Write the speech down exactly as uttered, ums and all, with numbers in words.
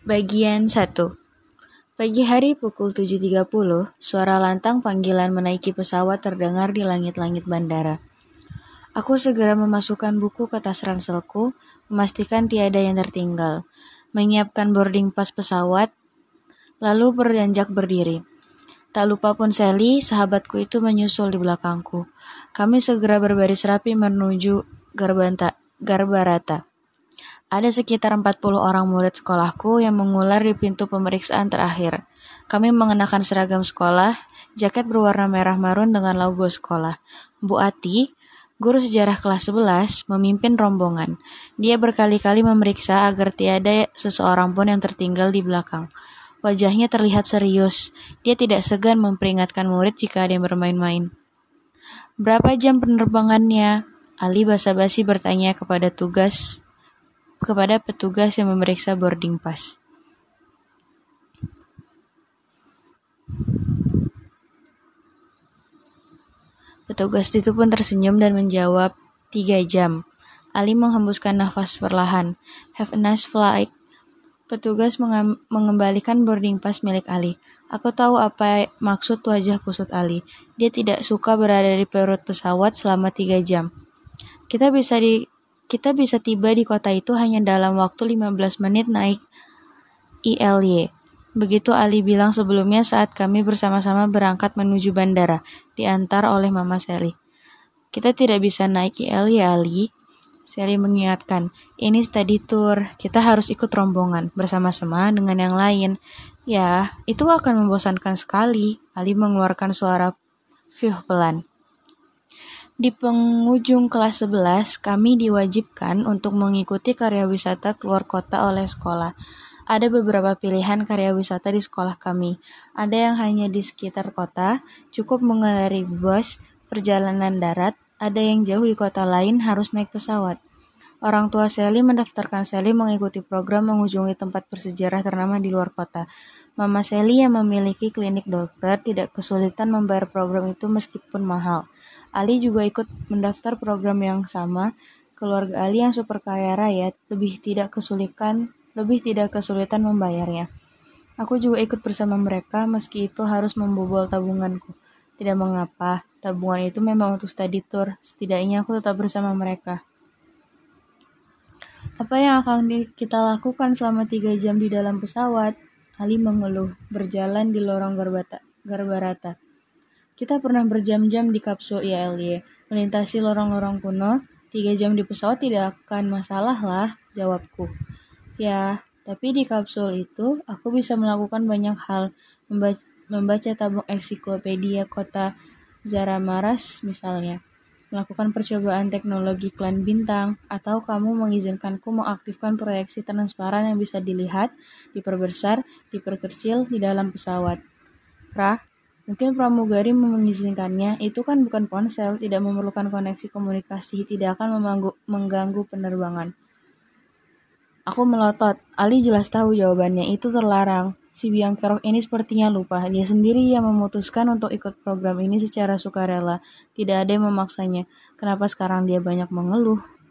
Bagian satu. Pagi hari pukul tujuh tiga puluh, suara lantang panggilan menaiki pesawat terdengar di langit-langit bandara. Aku segera memasukkan buku ke tas ranselku, memastikan tiada yang tertinggal, menyiapkan boarding pass pesawat, lalu beranjak berdiri. Tak lupa pun Sally, sahabatku itu menyusul di belakangku. Kami segera berbaris rapi menuju Garbanta, Garbarata. Ada sekitar empat puluh orang murid sekolahku yang mengular di pintu pemeriksaan terakhir. Kami mengenakan seragam sekolah, jaket berwarna merah marun dengan logo sekolah. Bu Ati, guru sejarah kelas sebelas, memimpin rombongan. Dia berkali-kali memeriksa agar tiada seseorang pun yang tertinggal di belakang. Wajahnya terlihat serius. Dia tidak segan memperingatkan murid jika ada yang bermain-main. Berapa jam penerbangannya? Ali basa-basi bertanya kepada tugas kepada petugas yang memeriksa boarding pass. Petugas itu pun tersenyum dan menjawab, tiga jam. Ali menghembuskan nafas perlahan. Have a nice flight. Petugas mengam- mengembalikan boarding pass milik Ali. Aku tahu apa maksud wajah kusut Ali. Dia tidak suka berada di perut pesawat selama tiga jam. Kita bisa di Kita bisa tiba di kota itu hanya dalam waktu lima belas menit naik I L Y. Begitu Ali bilang sebelumnya saat kami bersama-sama berangkat menuju bandara, diantar oleh Mama Sally. Kita tidak bisa naik I L Y, Ali. Sally mengingatkan, ini study tour, kita harus ikut rombongan bersama-sama dengan yang lain. Ya, itu akan membosankan sekali. Ali mengeluarkan suara fiuh pelan. Di penghujung kelas sebelas, kami diwajibkan untuk mengikuti karya wisata keluar kota oleh sekolah. Ada beberapa pilihan karya wisata di sekolah kami. Ada yang hanya di sekitar kota, cukup mengendarai bus, perjalanan darat. Ada yang jauh di kota lain harus naik pesawat. Orang tua Sally mendaftarkan Sally mengikuti program mengunjungi tempat bersejarah ternama di luar kota. Mama Sally yang memiliki klinik dokter tidak kesulitan membayar program itu meskipun mahal. Ali juga ikut mendaftar program yang sama. Keluarga Ali yang super kaya raya lebih tidak kesulitan lebih tidak kesulitan membayarnya. Aku juga ikut bersama mereka meski itu harus membobol tabunganku. Tidak mengapa, tabungan itu memang untuk study tour. Setidaknya aku tetap bersama mereka. Apa yang akan kita lakukan selama tiga jam di dalam pesawat? Ali mengeluh, berjalan di lorong Garbata, Garbarata. Kita pernah berjam-jam di kapsul I L Y, melintasi lorong-lorong kuno. Tiga jam di pesawat tidak akan masalah lah, jawabku. Ya, tapi di kapsul itu aku bisa melakukan banyak hal. Membaca, membaca tabung ensiklopedia kota Zaramaras misalnya. Melakukan percobaan teknologi klan bintang, atau kamu mengizinkanku mengaktifkan proyeksi transparan yang bisa dilihat, diperbesar, diperkecil di dalam pesawat. Rah, mungkin pramugari mengizinkannya, itu kan bukan ponsel, tidak memerlukan koneksi komunikasi, tidak akan memanggu, mengganggu penerbangan. Aku melotot, Ali jelas tahu jawabannya, itu terlarang. Si biang kerok ini sepertinya lupa, dia sendiri yang memutuskan untuk ikut program ini secara sukarela, tidak ada yang memaksanya. Kenapa sekarang dia banyak mengeluh?